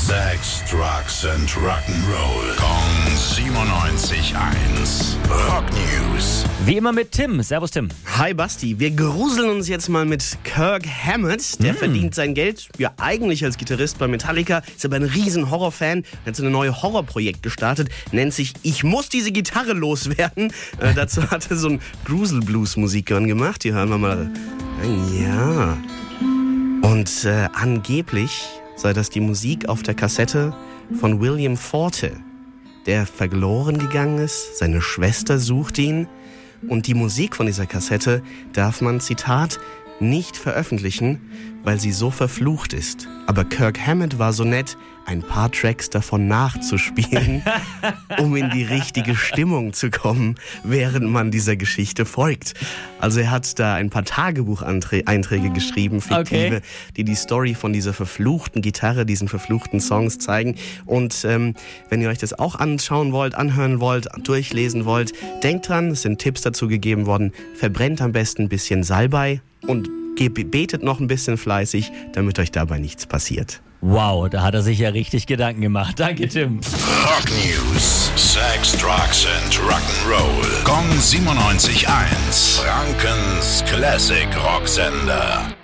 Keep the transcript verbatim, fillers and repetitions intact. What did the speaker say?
Sex, Drugs and Rock'n'Roll. Kong siebenundneunzig Komma eins. Rock News. Wie immer mit Tim. Servus, Tim. Hi Basti, wir gruseln uns jetzt mal mit Kirk Hammett. Der mm. verdient sein Geld ja eigentlich als Gitarrist bei Metallica, ist aber ein riesen Horrorfan. Er hat so ein neues Horrorprojekt gestartet, nennt sich Ich muss diese Gitarre loswerden. Äh, dazu hat er so ein Grusel-Blues-Musik gemacht. Die hören wir mal rein. Ja. Und äh, angeblich sei das die Musik auf der Kassette von William Forte, der verloren gegangen ist. Seine Schwester sucht ihn. Und die Musik von dieser Kassette darf man, Zitat, nicht veröffentlichen, weil sie so verflucht ist. Aber Kirk Hammett war so nett, ein paar Tracks davon nachzuspielen, um in die richtige Stimmung zu kommen, während man dieser Geschichte folgt. Also er hat da ein paar Tagebucheinträge geschrieben, fiktive, okay, die die Story von dieser verfluchten Gitarre, diesen verfluchten Songs zeigen. Und ähm, wenn ihr euch das auch anschauen wollt, anhören wollt, durchlesen wollt, denkt dran, es sind Tipps dazu gegeben worden, verbrennt am besten ein bisschen Salbei und betet noch ein bisschen fleißig, damit euch dabei nichts passiert. Wow, da hat er sich ja richtig Gedanken gemacht. Danke, Tim. Rock News. Sex, Drugs and Rock'n'Roll. Kong siebenundneunzig Komma eins. Frankens Classic Rocksender.